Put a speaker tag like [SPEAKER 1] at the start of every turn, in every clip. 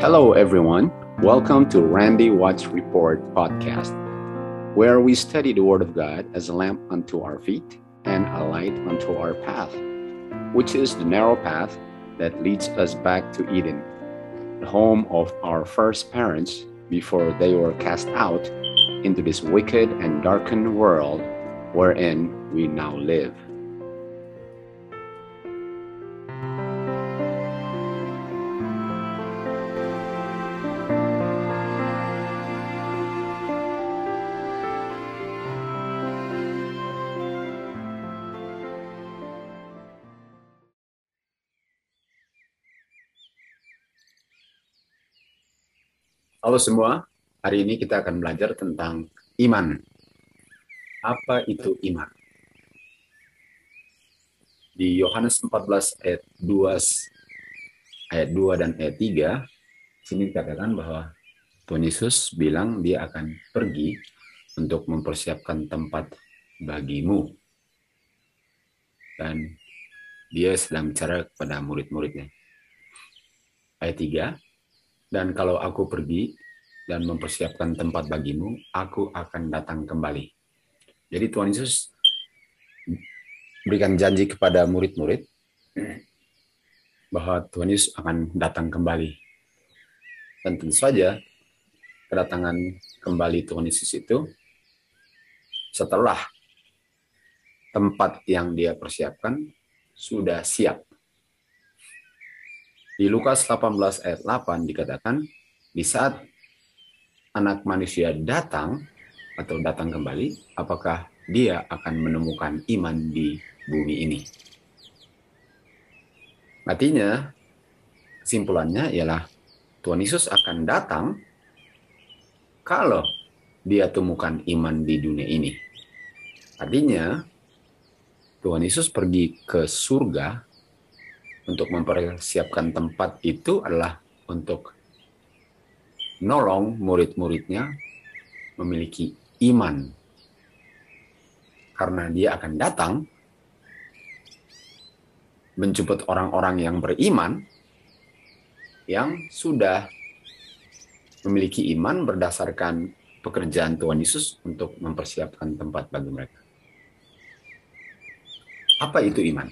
[SPEAKER 1] Hello, everyone. Welcome to Randy Watch Report podcast, where we study the Word of God as a lamp unto our feet and a light unto our path, which is the narrow path that leads us back to Eden, the home of our first parents before they were cast out into this wicked and darkened world wherein we now live. Halo semua, hari ini kita akan belajar tentang iman. Apa itu iman? Di Yohanes 14 ayat 2 dan ayat 3, sini dikatakan bahwa Tuhan Yesus bilang dia akan pergi untuk mempersiapkan tempat bagimu. Dan dia sedang bicara kepada murid-muridnya. Ayat 3, dan kalau aku pergi dan mempersiapkan tempat bagimu, aku akan datang kembali. Jadi Tuhan Yesus berikan janji kepada murid-murid bahwa Tuhan Yesus akan datang kembali. Dan tentu saja kedatangan kembali Tuhan Yesus itu setelah tempat yang dia persiapkan sudah siap. Di Lukas 18 ayat 8 dikatakan, di saat anak manusia datang atau datang kembali, apakah dia akan menemukan iman di bumi ini? Artinya, kesimpulannya ialah Tuhan Yesus akan datang kalau dia temukan iman di dunia ini. Artinya, Tuhan Yesus pergi ke surga untuk mempersiapkan tempat itu adalah untuk nolong murid-muridnya memiliki iman. Karena dia akan datang menjemput orang-orang yang beriman yang sudah memiliki iman berdasarkan pekerjaan Tuhan Yesus untuk mempersiapkan tempat bagi mereka. Apa itu iman?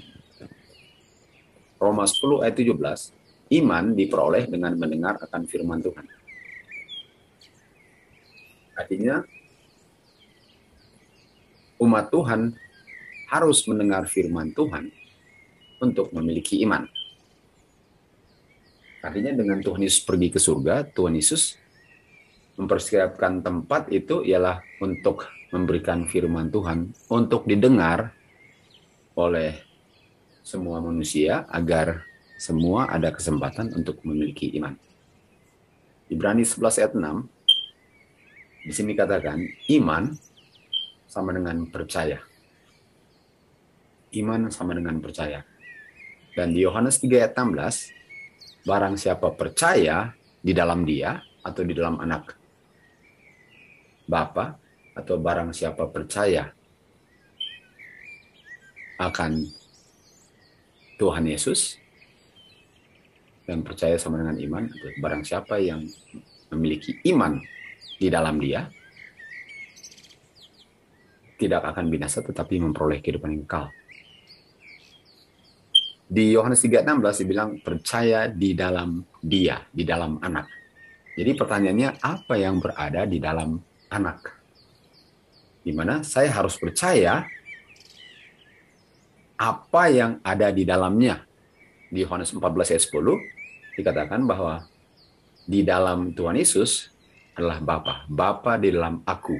[SPEAKER 1] Roma 10 ayat 17, iman diperoleh dengan mendengar akan firman Tuhan. Artinya, umat Tuhan harus mendengar firman Tuhan untuk memiliki iman. Artinya dengan Tuhan Yesus pergi ke surga, Tuhan Yesus mempersiapkan tempat itu ialah untuk memberikan firman Tuhan, untuk didengar oleh semua manusia agar semua ada kesempatan untuk memiliki iman. Ibrani 11 ayat 6, di sini katakan iman sama dengan percaya. Iman sama dengan percaya. Dan di Yohanes 3 ayat 16, barang siapa percaya di dalam dia atau di dalam anak Bapa, atau barang siapa percaya akan Tuhan Yesus dan percaya sama dengan iman, barang siapa yang memiliki iman di dalam dia tidak akan binasa tetapi memperoleh kehidupan yang kekal. Di Yohanes 3:16 dibilang percaya di dalam dia, di dalam anak. Jadi pertanyaannya, apa yang berada di dalam anak? Di mana saya harus percaya apa yang ada di dalamnya. Di Yohanes 14 ayat 10 dikatakan bahwa di dalam Tuhan Yesus adalah Bapa. Bapa di dalam aku.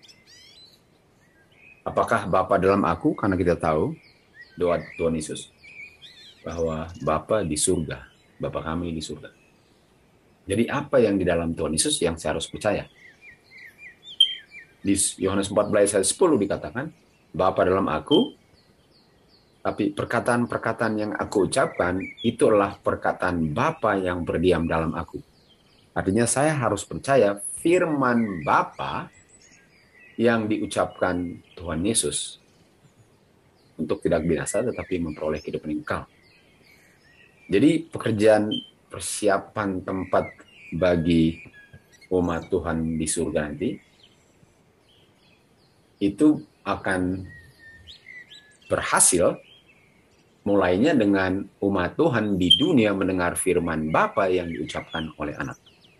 [SPEAKER 1] Apakah Bapa dalam aku? Karena kita tahu doa Tuhan Yesus bahwa Bapa di surga, Bapa kami di surga. Jadi apa yang di dalam Tuhan Yesus yang saya harus percaya? Di Yohanes 14 ayat 10 dikatakan, Bapa dalam aku, tapi perkataan-perkataan yang aku ucapkan itu adalah perkataan Bapa yang berdiam dalam aku. Artinya saya harus percaya firman Bapa yang diucapkan Tuhan Yesus untuk tidak binasa tetapi memperoleh kehidupan yang kekal. Jadi pekerjaan persiapan tempat bagi umat Tuhan di surga nanti, itu akan berhasil mulainya dengan umat Tuhan di dunia mendengar firman Bapa yang diucapkan oleh anak.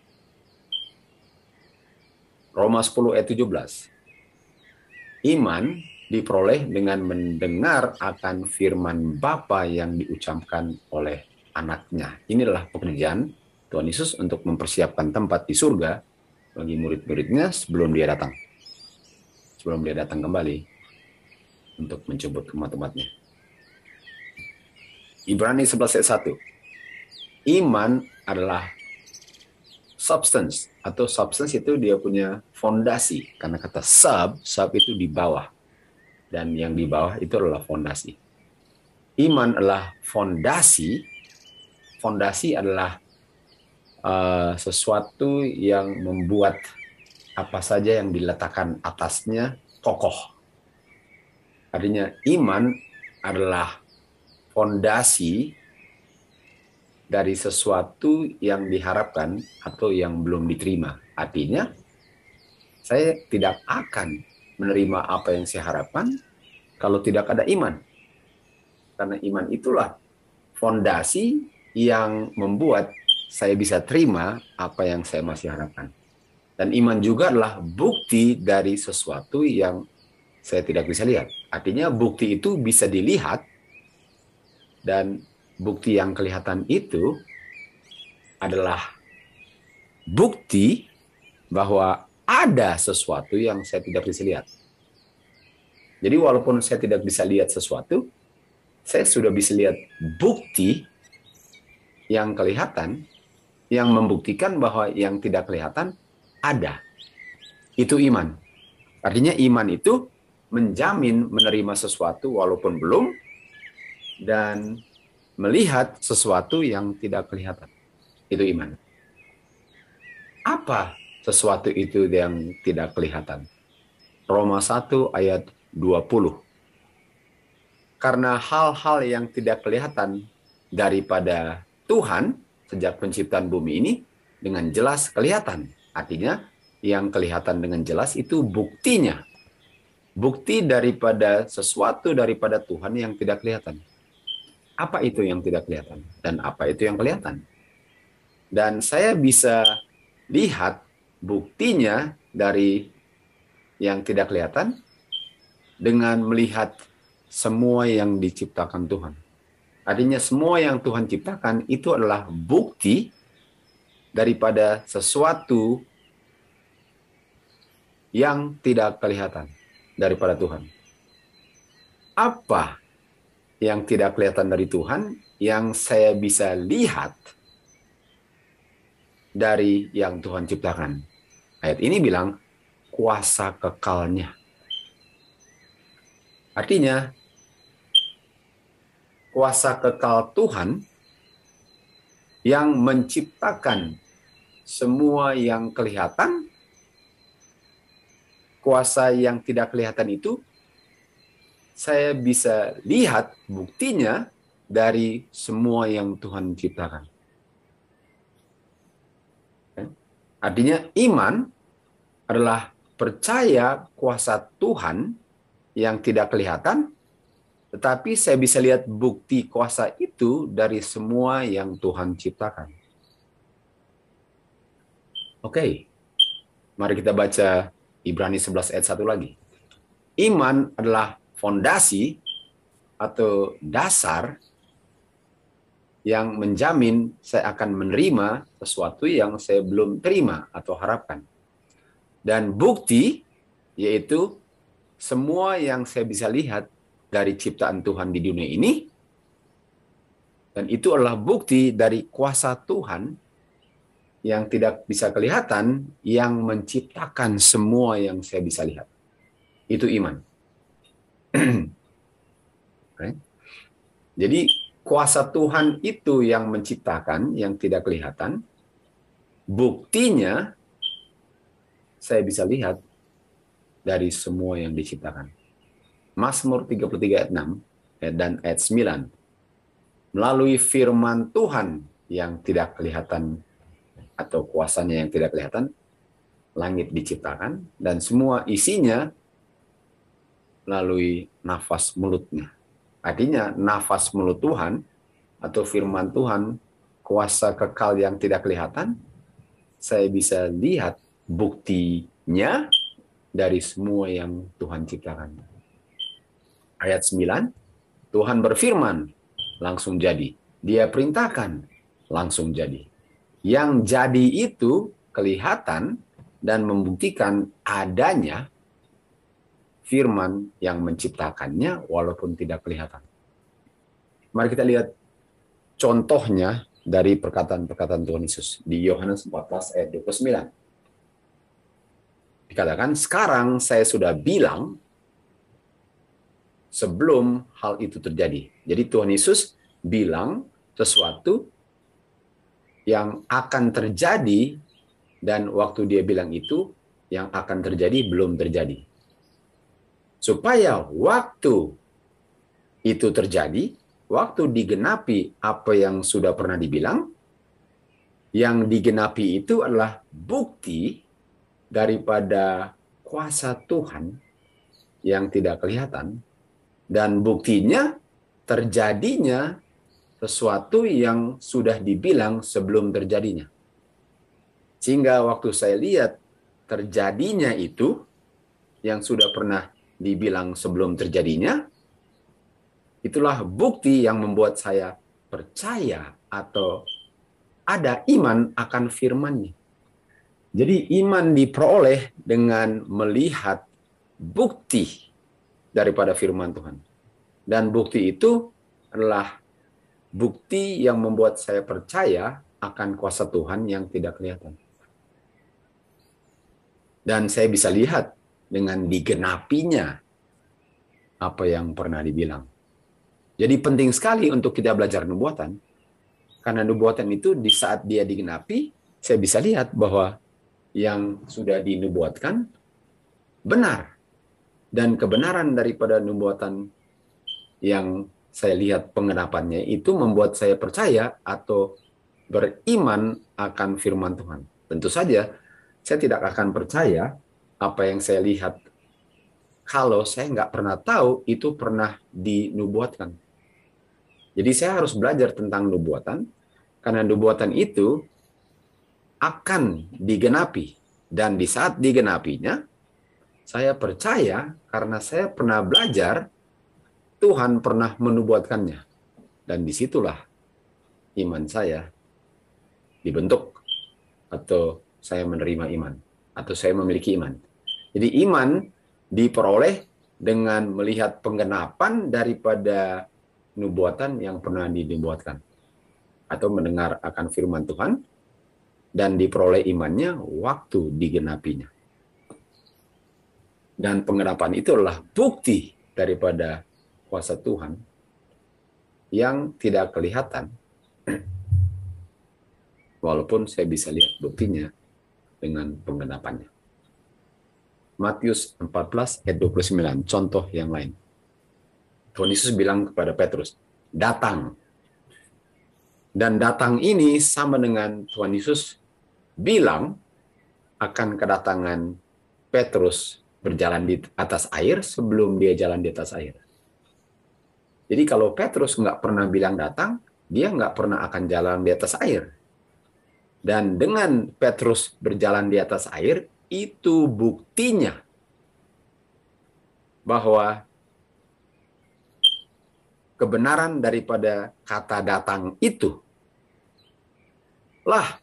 [SPEAKER 1] Roma 10 ayat 17. Iman diperoleh dengan mendengar akan firman Bapa yang diucapkan oleh anaknya. Inilah pekerjaan Tuhan Yesus untuk mempersiapkan tempat di surga bagi murid-muridnya sebelum dia datang. Sebelum dia datang kembali untuk menjemput umat-umatnya. Ibrani 11 ayat 1. Iman adalah substance, atau substance itu dia punya fondasi. Karena kata sub itu di bawah. Dan yang di bawah itu adalah fondasi. Iman adalah fondasi. Fondasi adalah sesuatu yang membuat apa saja yang diletakkan atasnya kokoh. Artinya iman adalah fondasi dari sesuatu yang diharapkan atau yang belum diterima. Artinya, saya tidak akan menerima apa yang saya harapkan kalau tidak ada iman. Karena iman itulah fondasi yang membuat saya bisa terima apa yang saya masih harapkan. Dan iman juga adalah bukti dari sesuatu yang saya tidak bisa lihat. Artinya bukti itu bisa dilihat, dan bukti yang kelihatan itu adalah bukti bahwa ada sesuatu yang saya tidak bisa lihat. Jadi walaupun saya tidak bisa lihat sesuatu, saya sudah bisa lihat bukti yang kelihatan, yang membuktikan bahwa yang tidak kelihatan ada. Itu iman. Artinya iman itu menjamin menerima sesuatu walaupun belum, dan melihat sesuatu yang tidak kelihatan. Itu iman. Apa sesuatu itu yang tidak kelihatan? Roma 1 ayat 20. Karena hal-hal yang tidak kelihatan daripada Tuhan sejak penciptaan bumi ini dengan jelas kelihatan. Artinya yang kelihatan dengan jelas itu buktinya. Bukti daripada sesuatu daripada Tuhan yang tidak kelihatan. Apa itu yang tidak kelihatan? Dan apa itu yang kelihatan? Dan saya bisa lihat buktinya dari yang tidak kelihatan dengan melihat semua yang diciptakan Tuhan. Artinya semua yang Tuhan ciptakan itu adalah bukti daripada sesuatu yang tidak kelihatan daripada Tuhan. Apa yang tidak kelihatan dari Tuhan yang saya bisa lihat dari yang Tuhan ciptakan? Ayat ini bilang kuasa kekalnya. Artinya kuasa kekal Tuhan yang menciptakan semua yang kelihatan, kuasa yang tidak kelihatan itu saya bisa lihat buktinya dari semua yang Tuhan ciptakan. Artinya iman adalah percaya kuasa Tuhan yang tidak kelihatan, tetapi saya bisa lihat bukti kuasa itu dari semua yang Tuhan ciptakan. Oke, mari kita baca Ibrani 11 ayat 1 lagi. Iman adalah fondasi atau dasar yang menjamin saya akan menerima sesuatu yang saya belum terima atau harapkan. Dan bukti yaitu semua yang saya bisa lihat dari ciptaan Tuhan di dunia ini, dan itu adalah bukti dari kuasa Tuhan yang tidak bisa kelihatan yang menciptakan semua yang saya bisa lihat. Itu iman. Okay. Jadi kuasa Tuhan itu yang menciptakan yang tidak kelihatan. Buktinya saya bisa lihat dari semua yang diciptakan. Mazmur 33 ayat 6 dan ayat 9. Melalui firman Tuhan yang tidak kelihatan atau kuasanya yang tidak kelihatan, langit diciptakan dan semua isinya melalui nafas mulutnya. Artinya nafas mulut Tuhan atau firman Tuhan, kuasa kekal yang tidak kelihatan, saya bisa lihat buktinya dari semua yang Tuhan ciptakan. Ayat 9, Tuhan berfirman, langsung jadi. Dia perintahkan, langsung jadi. Yang jadi itu kelihatan dan membuktikan adanya firman yang menciptakannya walaupun tidak kelihatan. Mari kita lihat contohnya dari perkataan-perkataan Tuhan Yesus di Yohanes 14 ayat 29. Dikatakan, sekarang saya sudah bilang sebelum hal itu terjadi. Jadi Tuhan Yesus bilang sesuatu yang akan terjadi dan waktu dia bilang itu yang akan terjadi belum terjadi. Supaya waktu itu terjadi, waktu digenapi apa yang sudah pernah dibilang, yang digenapi itu adalah bukti daripada kuasa Tuhan yang tidak kelihatan, dan buktinya terjadinya sesuatu yang sudah dibilang sebelum terjadinya. Sehingga waktu saya lihat terjadinya itu, yang sudah pernah dibilang sebelum terjadinya, itulah bukti yang membuat saya percaya atau ada iman akan firman-Nya. Jadi iman diperoleh dengan melihat bukti daripada firman Tuhan. Dan bukti itu adalah bukti yang membuat saya percaya akan kuasa Tuhan yang tidak kelihatan. Dan saya bisa lihat dengan digenapinya apa yang pernah dibilang. Jadi penting sekali untuk kita belajar nubuatan. Karena nubuatan itu di saat dia digenapi, saya bisa lihat bahwa yang sudah dinubuatkan benar. Dan kebenaran daripada nubuatan yang saya lihat pengenapannya itu membuat saya percaya atau beriman akan firman Tuhan. Tentu saja, saya tidak akan percaya apa yang saya lihat kalau saya nggak pernah tahu itu pernah dinubuatkan. Jadi saya harus belajar tentang nubuatan, karena nubuatan itu akan digenapi. Dan di saat digenapinya, saya percaya karena saya pernah belajar, Tuhan pernah menubuatkannya. Dan disitulah iman saya dibentuk, atau saya menerima iman, atau saya memiliki iman. Jadi iman diperoleh dengan melihat penggenapan daripada nubuatan yang pernah dinubuatkan, atau mendengar akan firman Tuhan, dan diperoleh imannya waktu digenapinya. Dan penggenapan itu adalah bukti daripada kuasa Tuhan yang tidak kelihatan, walaupun saya bisa lihat buktinya dengan penggenapannya. Matius 14 ayat 29, contoh yang lain. Tuhan Yesus bilang kepada Petrus, datang. Dan datang ini sama dengan Tuhan Yesus bilang akan kedatangan Petrus berjalan di atas air sebelum dia jalan di atas air. Jadi kalau Petrus nggak pernah bilang datang, dia nggak pernah akan jalan di atas air. Dan dengan Petrus berjalan di atas air, itu buktinya bahwa kebenaran daripada kata datang itu lah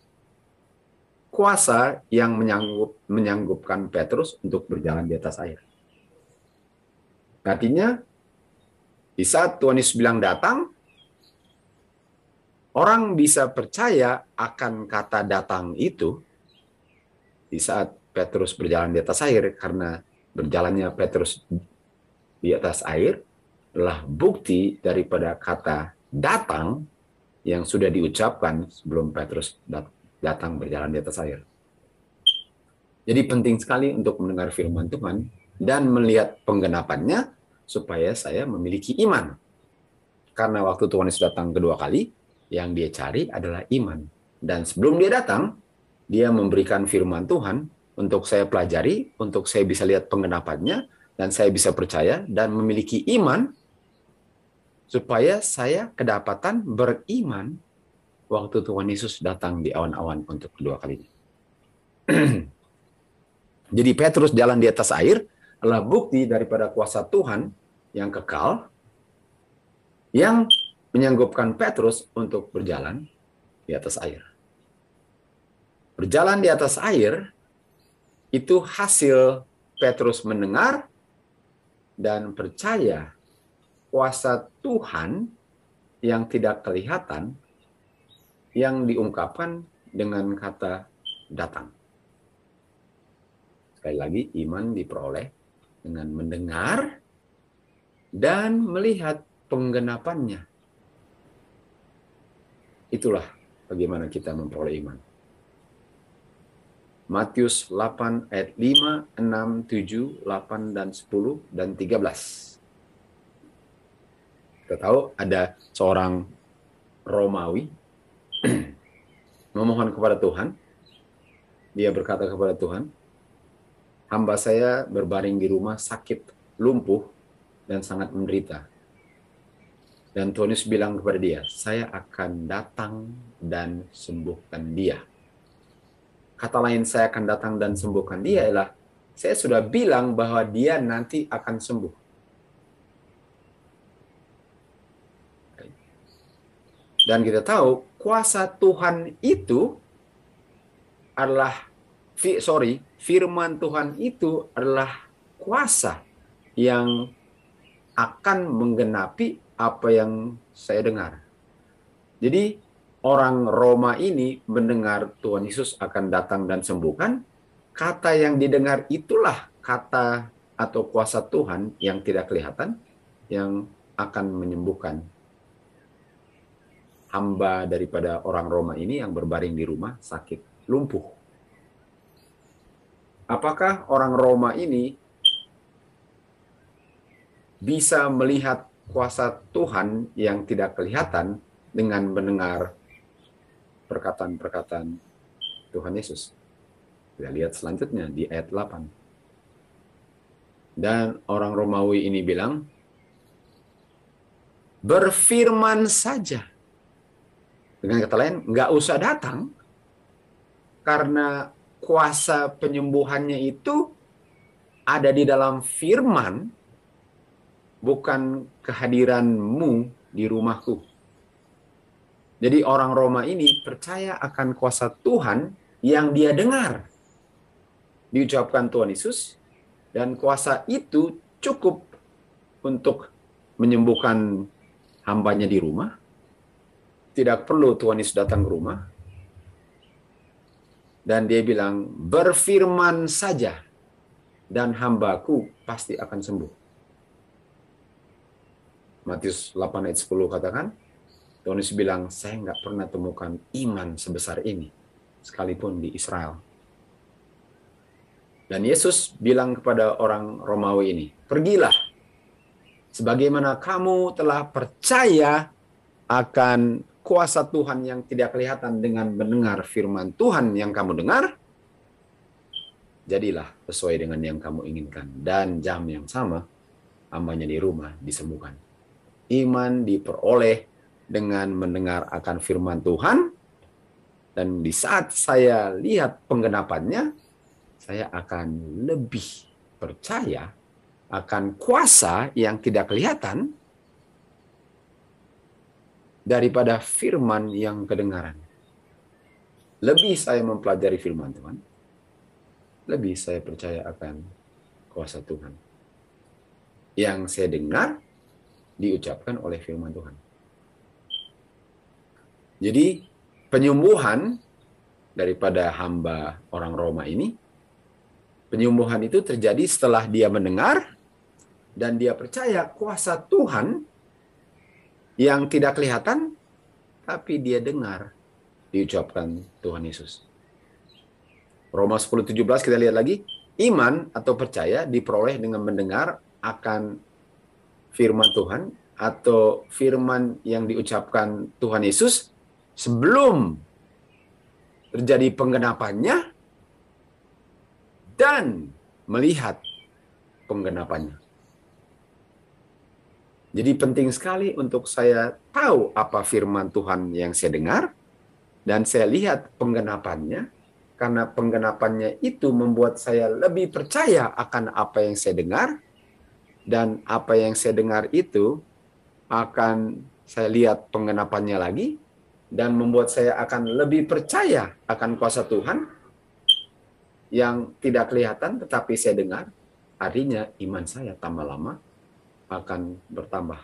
[SPEAKER 1] kuasa yang menyanggupkan Petrus untuk berjalan di atas air. Artinya, di saat Tuhan Yesus bilang datang, orang bisa percaya akan kata datang itu di saat Petrus berjalan di atas air, karena berjalannya Petrus di atas air adalah bukti daripada kata datang yang sudah diucapkan sebelum Petrus datang berjalan di atas air. Jadi penting sekali untuk mendengar firman Tuhan dan melihat penggenapannya supaya saya memiliki iman. Karena waktu Tuhan Yesus datang kedua kali, yang dia cari adalah iman. Dan sebelum dia datang, Dia memberikan firman Tuhan untuk saya pelajari, untuk saya bisa lihat penggenapannya, dan saya bisa percaya dan memiliki iman, supaya saya kedapatan beriman waktu Tuhan Yesus datang di awan-awan untuk kedua kalinya. Jadi Petrus jalan di atas air adalah bukti daripada kuasa Tuhan yang kekal, yang menyanggupkan Petrus untuk berjalan di atas air. Berjalan di atas air itu hasil Petrus mendengar dan percaya kuasa Tuhan yang tidak kelihatan, yang diungkapkan dengan kata datang. Sekali lagi, iman diperoleh dengan mendengar dan melihat penggenapannya. Itulah bagaimana kita memperoleh iman. Matius 8 ayat 5, 6, 7, 8, dan 10, dan 13. Kita tahu ada seorang Romawi memohon kepada Tuhan. Dia berkata kepada Tuhan, hamba saya berbaring di rumah sakit, lumpuh, dan sangat menderita. Dan Tuhan Yesus bilang kepada dia, saya akan datang dan sembuhkan dia. Kata lain, saya akan datang dan sembuhkan dia ialah, saya sudah bilang bahwa dia nanti akan sembuh. Dan kita tahu, kuasa Tuhan itu adalah, firman Tuhan itu adalah kuasa yang akan menggenapi apa yang saya dengar. Jadi orang Roma ini mendengar Tuhan Yesus akan datang dan sembuhkan. Kata yang didengar itulah kata atau kuasa Tuhan yang tidak kelihatan, yang akan menyembuhkan hamba daripada orang Roma ini yang berbaring di rumah sakit, lumpuh. Apakah orang Roma ini bisa melihat kuasa Tuhan yang tidak kelihatan dengan mendengar perkataan-perkataan Tuhan Yesus? Kita lihat selanjutnya di ayat 8. Dan orang Romawi ini bilang, berfirman saja. Dengan kata lain, nggak usah datang, karena kuasa penyembuhannya itu ada di dalam firman, bukan kehadiranmu di rumahku. Jadi orang Roma ini percaya akan kuasa Tuhan yang dia dengar diucapkan Tuhan Yesus, dan kuasa itu cukup untuk menyembuhkan hambanya di rumah. Tidak perlu Tuhan Yesus datang ke rumah. Dan dia bilang, berfirman saja, dan hambaku pasti akan sembuh. Matius 8 ayat 10 katakan, Tuhan Yesus bilang, saya nggak pernah temukan iman sebesar ini, sekalipun di Israel. Dan Yesus bilang kepada orang Romawi ini, pergilah, sebagaimana kamu telah percaya akan kuasa Tuhan yang tidak kelihatan dengan mendengar firman Tuhan yang kamu dengar, jadilah sesuai dengan yang kamu inginkan. Dan jam yang sama, hambanya di rumah disembuhkan. Iman diperoleh dengan mendengar akan firman Tuhan, dan di saat saya lihat penggenapannya, saya akan lebih percaya akan kuasa yang tidak kelihatan daripada firman yang kedengaran. Lebih saya mempelajari firman Tuhan, lebih saya percaya akan kuasa Tuhan yang saya dengar diucapkan oleh firman Tuhan. Jadi penyembuhan daripada hamba orang Roma ini, penyembuhan itu terjadi setelah dia mendengar dan dia percaya kuasa Tuhan yang tidak kelihatan, tapi dia dengar diucapkan Tuhan Yesus. Roma 10:17 kita lihat lagi, iman atau percaya diperoleh dengan mendengar akan firman Tuhan atau firman yang diucapkan Tuhan Yesus sebelum terjadi penggenapannya, dan melihat penggenapannya. Jadi penting sekali untuk saya tahu apa firman Tuhan yang saya dengar, dan saya lihat penggenapannya, karena penggenapannya itu membuat saya lebih percaya akan apa yang saya dengar, dan apa yang saya dengar itu akan saya lihat penggenapannya lagi, dan membuat saya akan lebih percaya akan kuasa Tuhan yang tidak kelihatan tetapi saya dengar. Artinya iman saya tambah lama akan bertambah.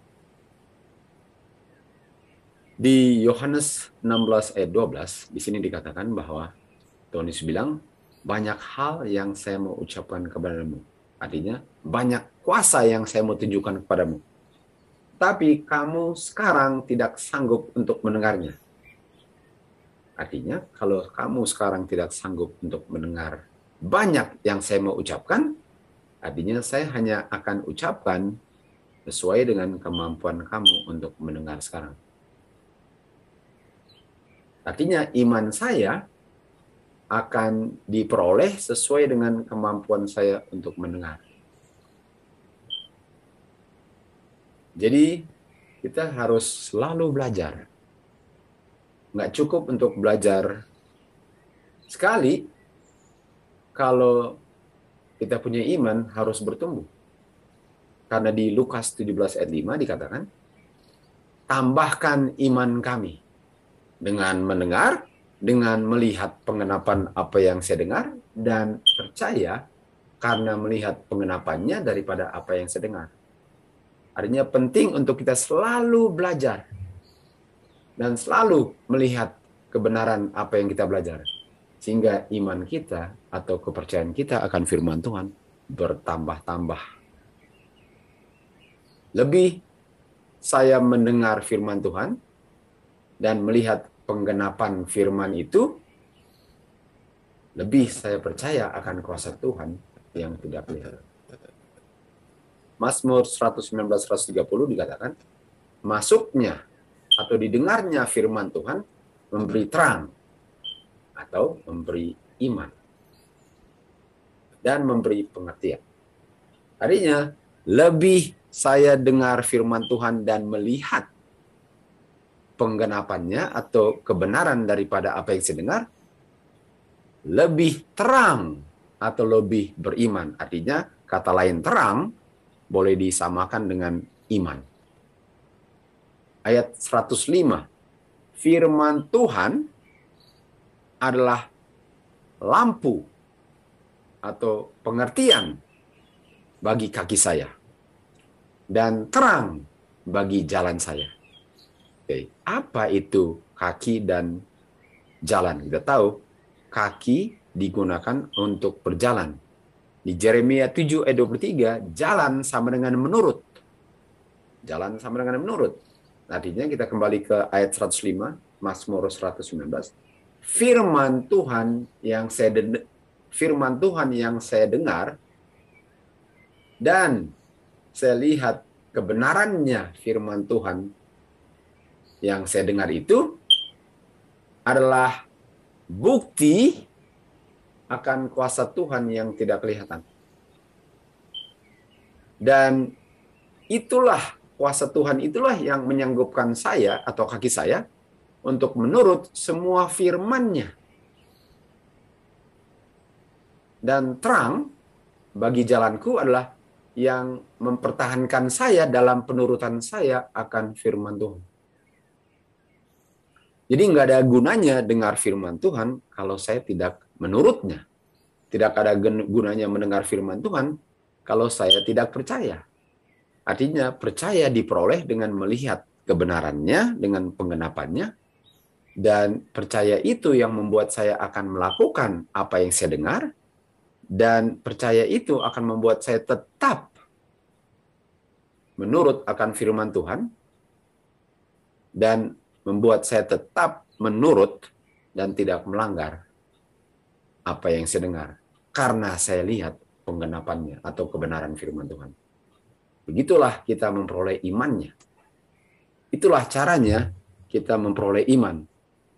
[SPEAKER 1] Di Yohanes 16 ayat 12, di sini dikatakan bahwa Tuhan Yesus bilang, banyak hal yang saya mau ucapkan kepadamu. Artinya, banyak kuasa yang saya mau tunjukkan kepadamu. Tapi kamu sekarang tidak sanggup untuk mendengarnya. Artinya, kalau kamu sekarang tidak sanggup untuk mendengar banyak yang saya mau ucapkan, artinya saya hanya akan ucapkan sesuai dengan kemampuan kamu untuk mendengar sekarang. Artinya iman saya akan diperoleh sesuai dengan kemampuan saya untuk mendengar. Jadi kita harus selalu belajar. Nggak cukup untuk belajar sekali, kalau kita punya iman harus bertumbuh. Karena di Lukas 17 ayat 5 dikatakan, tambahkan iman kami dengan mendengar, dengan melihat penggenapan apa yang saya dengar, dan percaya karena melihat penggenapannya daripada apa yang saya dengar. Artinya penting untuk kita selalu belajar dan selalu melihat kebenaran apa yang kita belajar. Sehingga iman kita atau kepercayaan kita akan firman Tuhan bertambah-tambah. Lebih saya mendengar firman Tuhan dan melihat penggenapan firman itu, lebih saya percaya akan kuasa Tuhan yang tidak kelihatan. Mazmur 119-130 dikatakan, masuknya atau didengarnya firman Tuhan memberi terang atau memberi iman dan memberi pengertian. Artinya, lebih saya dengar firman Tuhan dan melihat penggenapannya atau kebenaran daripada apa yang saya dengar, lebih terang atau lebih beriman. Artinya, kata lain terang boleh disamakan dengan iman. Ayat 105, firman Tuhan adalah lampu atau pengertian bagi kaki saya dan terang bagi jalan saya. Oke, apa itu kaki dan jalan? Kita tahu kaki digunakan untuk berjalan. Di Yeremia 7 ayat 23, jalan sama dengan menurut. Jalan sama dengan menurut. Artinya kita kembali ke ayat 105, Mazmur 119. Firman Tuhan yang saya dengar dan saya lihat kebenarannya firman Tuhan yang saya dengar itu adalah bukti akan kuasa Tuhan yang tidak kelihatan. Dan itulah kuasa Tuhan, itulah yang menyanggupkan saya atau kaki saya untuk menurut semua firman-Nya. Dan terang bagi jalanku adalah yang mempertahankan saya dalam penurutan saya akan firman Tuhan. Jadi nggak ada gunanya dengar firman Tuhan kalau saya tidak menurutnya. Tidak ada gunanya mendengar firman Tuhan kalau saya tidak percaya. Artinya percaya diperoleh dengan melihat kebenarannya, dengan penggenapannya, dan percaya itu yang membuat saya akan melakukan apa yang saya dengar, dan percaya itu akan membuat saya tetap menurut akan firman Tuhan, dan membuat saya tetap menurut dan tidak melanggar apa yang saya dengar, karena saya lihat penggenapannya atau kebenaran firman Tuhan. Begitulah kita memperoleh imannya. Itulah caranya kita memperoleh iman.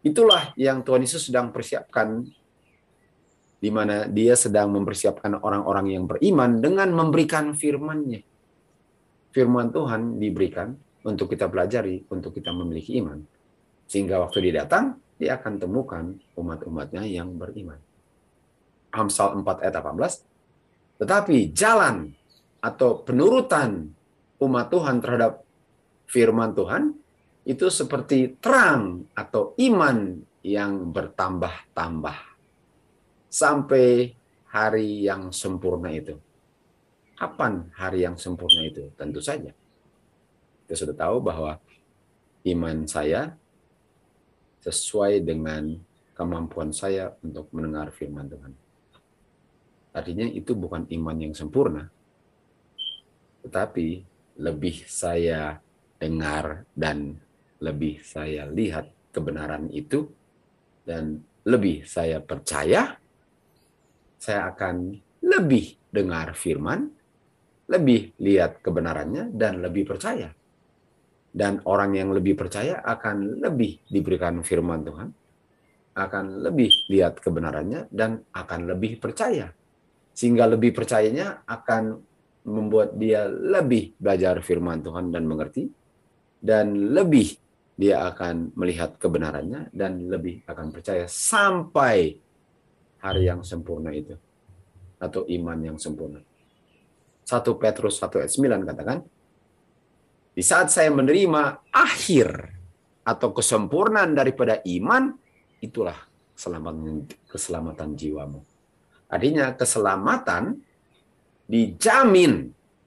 [SPEAKER 1] Itulah yang Tuhan Yesus sedang persiapkan, di mana dia sedang mempersiapkan orang-orang yang beriman dengan memberikan firman-Nya. Firman Tuhan diberikan untuk kita pelajari, untuk kita memiliki iman. Sehingga waktu dia datang, dia akan temukan umat-umatnya yang beriman. Amsal 4 ayat 18. Tetapi jalan atau penurutan umat Tuhan terhadap firman Tuhan itu seperti terang atau iman yang bertambah-tambah sampai hari yang sempurna itu. Kapan hari yang sempurna itu? Tentu saja kita sudah tahu bahwa iman saya sesuai dengan kemampuan saya untuk mendengar firman Tuhan. Artinya itu bukan iman yang sempurna, tetapi lebih saya dengar dan lebih saya lihat kebenaran itu, dan lebih saya percaya, saya akan lebih dengar firman, lebih lihat kebenarannya, dan lebih percaya. Dan orang yang lebih percaya akan lebih diberikan firman Tuhan, akan lebih lihat kebenarannya, dan akan lebih percaya. Sehingga lebih percayanya akan membuat dia lebih belajar firman Tuhan dan mengerti, dan lebih dia akan melihat kebenarannya, dan lebih akan percaya sampai hari yang sempurna itu, atau iman yang sempurna. 1 Petrus 1 ayat 9 katakan, di saat saya menerima akhir atau kesempurnaan daripada iman, itulah keselamatan jiwamu. Artinya keselamatan dijamin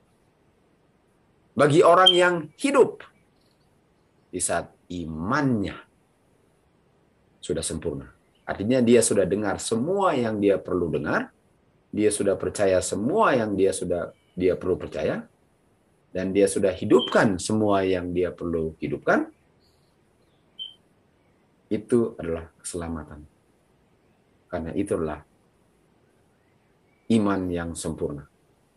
[SPEAKER 1] bagi orang yang hidup di saat imannya sudah sempurna. Artinya dia sudah dengar semua yang dia perlu dengar, dia sudah percaya semua yang dia perlu percaya, dan dia sudah hidupkan semua yang dia perlu hidupkan. Itu adalah keselamatan. Karena itulah iman yang sempurna.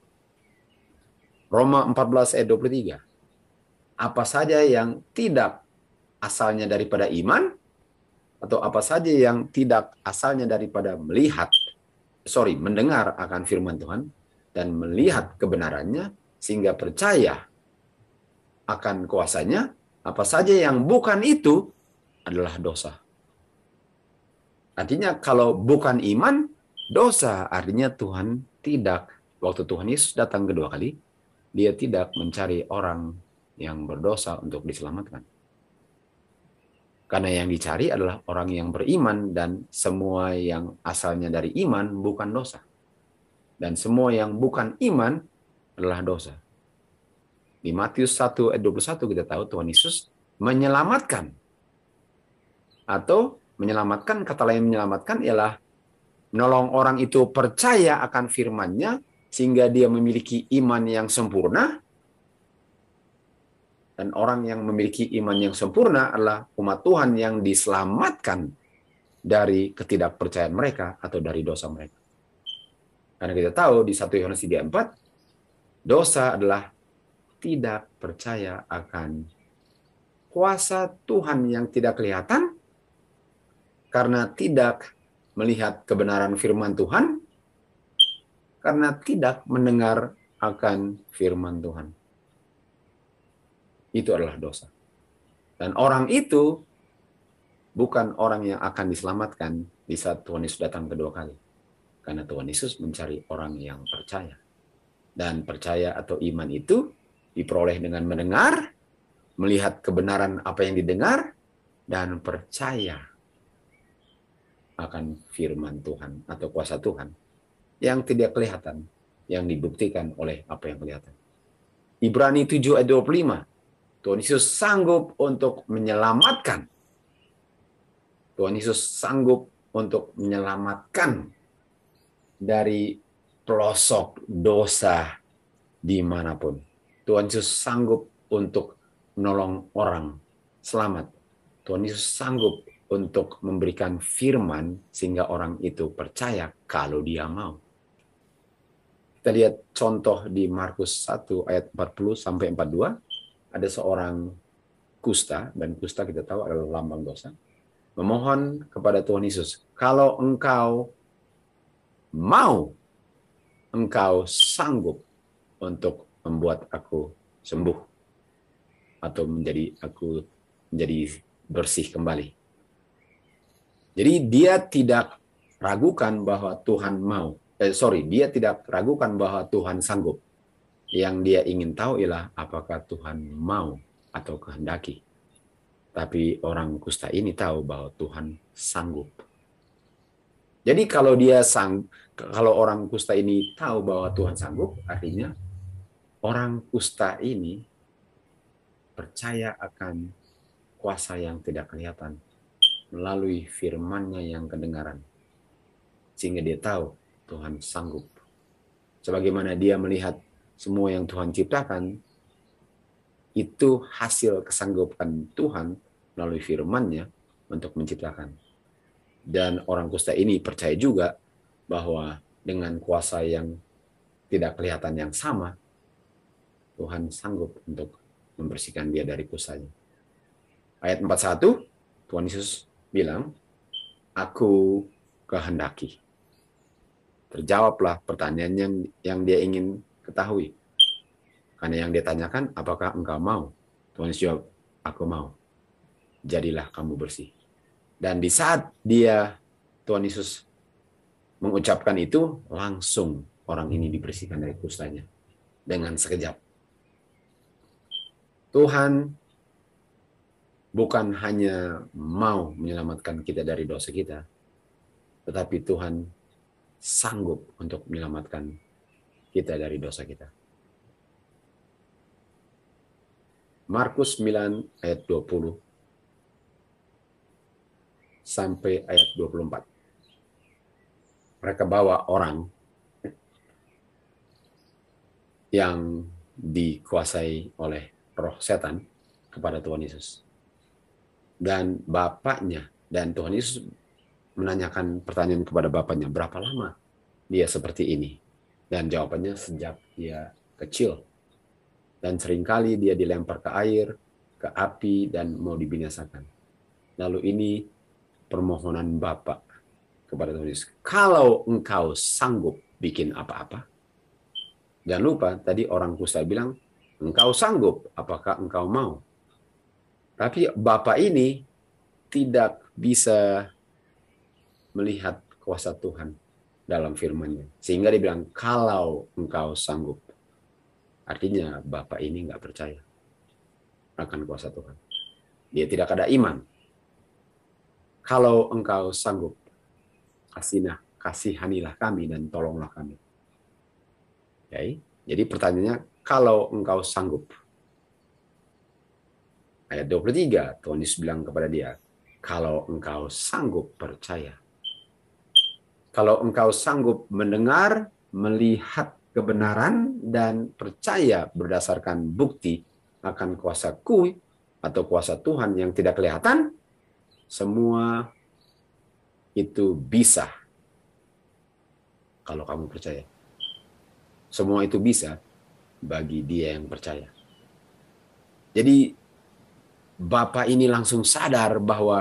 [SPEAKER 1] Roma 14 ayat 23. Apa saja yang tidak asalnya daripada iman, atau apa saja yang tidak asalnya daripada mendengar akan firman Tuhan dan melihat kebenarannya sehingga percaya akan kuasanya, apa saja yang bukan itu adalah dosa. Artinya kalau bukan iman, dosa. Artinya Tuhan tidak, waktu Tuhan Yesus datang kedua kali, dia tidak mencari orang yang berdosa untuk diselamatkan. Karena yang dicari adalah orang yang beriman, dan semua yang asalnya dari iman bukan dosa. Dan semua yang bukan iman adalah dosa. Di Matius 1 ayat 21 kita tahu Tuhan Yesus menyelamatkan. Atau menyelamatkan, kata lain menyelamatkan ialah menolong orang itu percaya akan firman-Nya sehingga dia memiliki iman yang sempurna. Dan orang yang memiliki iman yang sempurna adalah umat Tuhan yang diselamatkan dari ketidakpercayaan mereka atau dari dosa mereka. Karena kita tahu di 1 Yohanes 3:4, dosa adalah tidak percaya akan kuasa Tuhan yang tidak kelihatan, karena tidak melihat kebenaran firman Tuhan, karena tidak mendengar akan firman Tuhan. Itu adalah dosa. Dan orang itu bukan orang yang akan diselamatkan di saat Tuhan Yesus datang kedua kali. Karena Tuhan Yesus mencari orang yang percaya. Dan percaya atau iman itu diperoleh dengan mendengar, melihat kebenaran apa yang didengar, dan percaya akan firman Tuhan atau kuasa Tuhan yang tidak kelihatan, yang dibuktikan oleh apa yang kelihatan. Ibrani 7 ayat 25. Tuhan Yesus sanggup untuk menyelamatkan. Tuhan Yesus sanggup untuk menyelamatkan dari pelosok dosa dimanapun. Tuhan Yesus sanggup untuk menolong orang selamat. Tuhan Yesus sanggup untuk memberikan firman sehingga orang itu percaya kalau dia mau. Kita lihat contoh di Markus 1 ayat 40 sampai 42. Ada seorang kusta, dan kusta kita tahu adalah lambang dosa. memohon kepada Tuhan Yesus, kalau engkau mau, engkau sanggup untuk membuat aku sembuh atau aku menjadi bersih kembali. Jadi dia tidak ragukan bahwa Tuhan mau. Dia tidak ragukan bahwa Tuhan sanggup. Yang dia ingin tahu ialah apakah Tuhan mau atau kehendaki. Tapi orang kusta ini tahu bahwa Tuhan sanggup. Jadi kalau orang kusta ini tahu bahwa Tuhan sanggup, artinya orang kusta ini percaya akan kuasa yang tidak kelihatan melalui firman-Nya yang kedengaran. Sehingga dia tahu Tuhan sanggup. Sebagaimana dia melihat semua yang Tuhan ciptakan, itu hasil kesanggupan Tuhan melalui firman-Nya untuk menciptakan. Dan orang kusta ini percaya juga bahwa dengan kuasa yang tidak kelihatan yang sama, Tuhan sanggup untuk membersihkan dia dari kusanya. Ayat 41, Tuhan Yesus bilang, aku kehendaki. Terjawablah pertanyaan yang dia ingin ketahui. Karena yang dia tanyakan, apakah engkau mau? Tuhan Yesus jawab, aku mau. Jadilah kamu bersih. Dan di saat Tuhan Yesus mengucapkan itu, langsung orang ini dibersihkan dari kustanya. Dengan sekejap. Tuhan bukan hanya mau menyelamatkan kita dari dosa kita, tetapi Tuhan sanggup untuk menyelamatkan kita dari dosa kita. Markus 9 ayat 20 sampai ayat 24. Mereka bawa orang yang dikuasai oleh roh setan kepada Tuhan Yesus. Dan bapaknya, dan Tuhan Yesus menanyakan pertanyaan kepada bapaknya, berapa lama dia seperti ini? Dan jawabannya sejak dia kecil. Dan seringkali dia dilempar ke air, ke api, dan mau dibinasakan. Lalu ini permohonan Bapa kepada Tuhan Yesus. Kalau engkau sanggup bikin apa-apa, jangan lupa tadi orang kusta bilang, engkau sanggup, apakah engkau mau? Tapi Bapa ini tidak bisa melihat kuasa Tuhan dalam firman-Nya. Sehingga dia bilang, kalau engkau sanggup. Artinya Bapak ini nggak percaya akan kuasa Tuhan. Dia tidak ada iman. Kalau engkau sanggup, kasihanilah kami dan tolonglah kami. Okay? Jadi pertanyaannya, kalau engkau sanggup. Ayat 23, Tuhan Yesus bilang kepada dia, kalau engkau sanggup percaya. Kalau engkau sanggup mendengar, melihat kebenaran, dan percaya berdasarkan bukti akan kuasa-Ku atau kuasa Tuhan yang tidak kelihatan, semua itu bisa kalau kamu percaya. Semua itu bisa bagi dia yang percaya. Jadi Bapak ini langsung sadar bahwa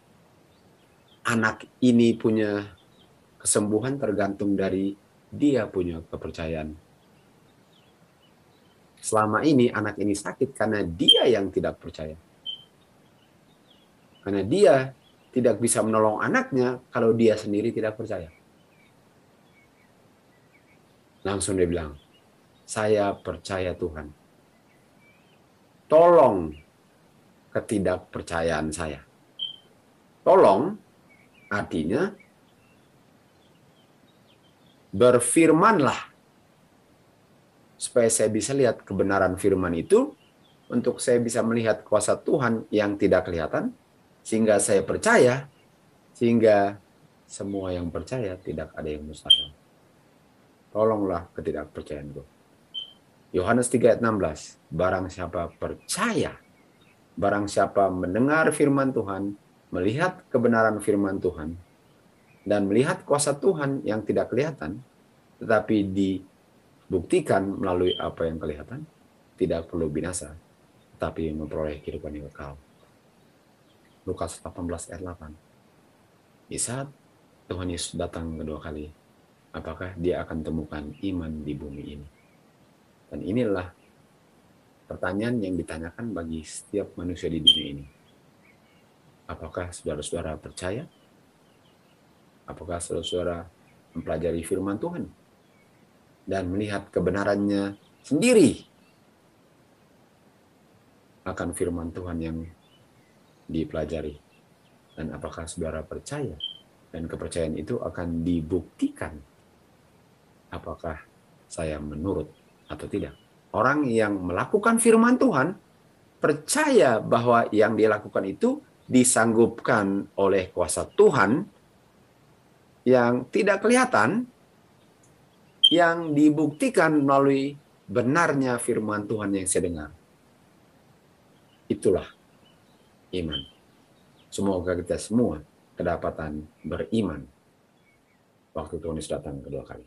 [SPEAKER 1] anak ini punya kesembuhan tergantung dari dia punya kepercayaan. Selama ini anak ini sakit karena dia yang tidak percaya. Karena dia tidak bisa menolong anaknya kalau dia sendiri tidak percaya. Langsung dia bilang, saya percaya Tuhan. Tolong ketidakpercayaan saya. Tolong artinya berfirmanlah supaya saya bisa lihat kebenaran firman itu, untuk saya bisa melihat kuasa Tuhan yang tidak kelihatan, sehingga saya percaya, sehingga semua yang percaya tidak ada yang mustahil. Tolonglah ketidakpercayaanku. Yohanes 3 ayat 16, barang siapa percaya, barang siapa mendengar firman Tuhan, melihat kebenaran firman Tuhan, dan melihat kuasa Tuhan yang tidak kelihatan, tetapi dibuktikan melalui apa yang kelihatan, tidak perlu binasa, tetapi memperoleh kehidupan yang kekal. Lukas 18 ayat 8. Di saat Tuhan Yesus datang kedua kali, apakah dia akan temukan iman di bumi ini? Dan inilah pertanyaan yang ditanyakan bagi setiap manusia di dunia ini. Apakah saudara-saudara percaya? Apakah saudara-saudara mempelajari firman Tuhan dan melihat kebenarannya sendiri akan firman Tuhan yang dipelajari? Dan apakah saudara percaya? Dan kepercayaan itu akan dibuktikan apakah saya menurut atau tidak. Orang yang melakukan firman Tuhan percaya bahwa yang dia lakukan itu disanggupkan oleh kuasa Tuhan yang tidak kelihatan, yang dibuktikan melalui benarnya firman Tuhan yang saya dengar. Itulah iman. Semoga kita semua kedapatan beriman waktu Tuhan Yesus datang kedua kali.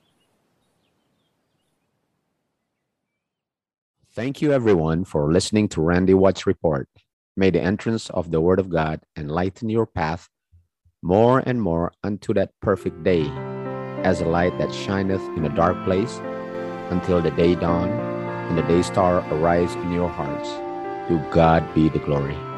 [SPEAKER 1] Thank you everyone for listening to Randy Watts Report. May the entrance of the Word of God enlighten your path more and more unto that perfect day, as a light that shineth in a dark place, until the day dawn and the day star arise in your hearts. To God be the glory.